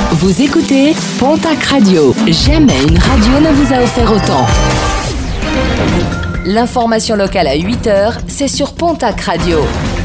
Vous écoutez Pontac Radio. Jamais une radio ne vous a offert autant. L'information locale à 8h, c'est sur Pontac Radio.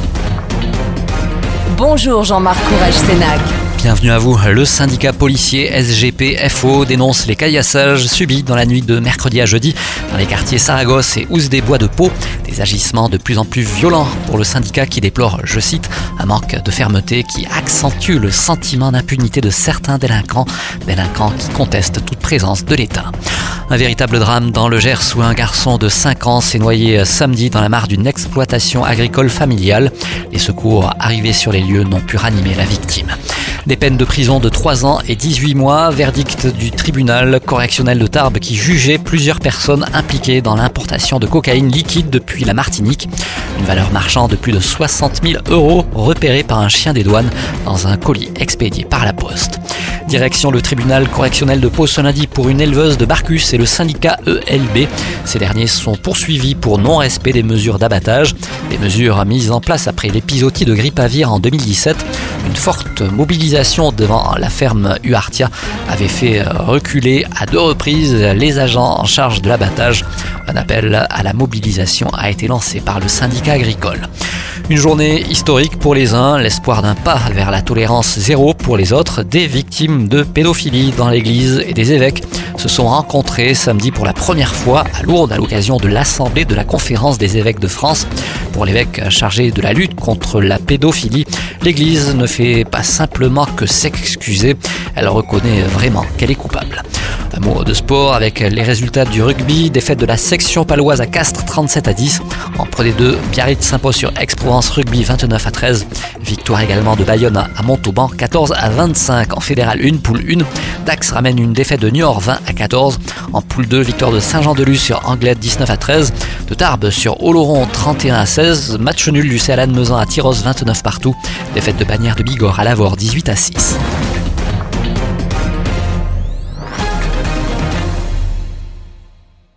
Bonjour Jean-Marc Courage-Sénac. Bienvenue à vous. Le syndicat policier SGP-FO dénonce les caillassages subis dans la nuit de mercredi à jeudi dans les quartiers Saragosse et Ouse des Bois de Pau. Des agissements de plus en plus violents pour le syndicat qui déplore, je cite, un manque de fermeté qui accentue le sentiment d'impunité de certains délinquants qui contestent toute présence de l'État. Un véritable drame dans le Gers où un garçon de 5 ans s'est noyé samedi dans la mare d'une exploitation agricole familiale. Les secours arrivés sur les lieux n'ont pu ranimer la victime. Des peines de prison de 3 ans et 18 mois, verdict du tribunal correctionnel de Tarbes qui jugeait plusieurs personnes impliquées dans l'importation de cocaïne liquide depuis la Martinique. Une valeur marchande de plus de 60 000 € repérée par un chien des douanes dans un colis expédié par la poste. Direction le tribunal correctionnel de Pau ce lundi pour une éleveuse de Barcus et le syndicat ELB. Ces derniers sont poursuivis pour non-respect des mesures d'abattage. Des mesures mises en place après l'épisodie de grippe aviaire en 2017. Une forte mobilisation devant la ferme Uartia avait fait reculer à 2 reprises les agents en charge de l'abattage. Un appel à la mobilisation a été lancé par le syndicat agricole. Une journée historique pour les uns, l'espoir d'un pas vers la tolérance zéro pour les autres. Des victimes de pédophilie dans l'église et des évêques se sont rencontrés samedi pour la première fois à Lourdes à l'occasion de l'Assemblée de la Conférence des évêques de France. Pour l'évêque chargé de la lutte contre la pédophilie, l'église ne fait pas simplement que s'excuser, elle reconnaît vraiment qu'elle est coupable. Un mot de sport avec les résultats du rugby, défaite de la section paloise à Castres 37-10. En Pro D2, Biarritz s'impose sur Aix-Provence Rugby 29-13. Victoire également de Bayonne à Montauban 14-25. En Fédéral 1, poule 1, Dax ramène une défaite de Niort 20-14. En poule 2, victoire de Saint-Jean-de-Luz sur Anglet 19-13. De Tarbes sur Oloron 31-16. Match nul du CA Lannemezan à Tyros 29 partout. Défaite de Bagnères de Bigorre à Lavore 18-6.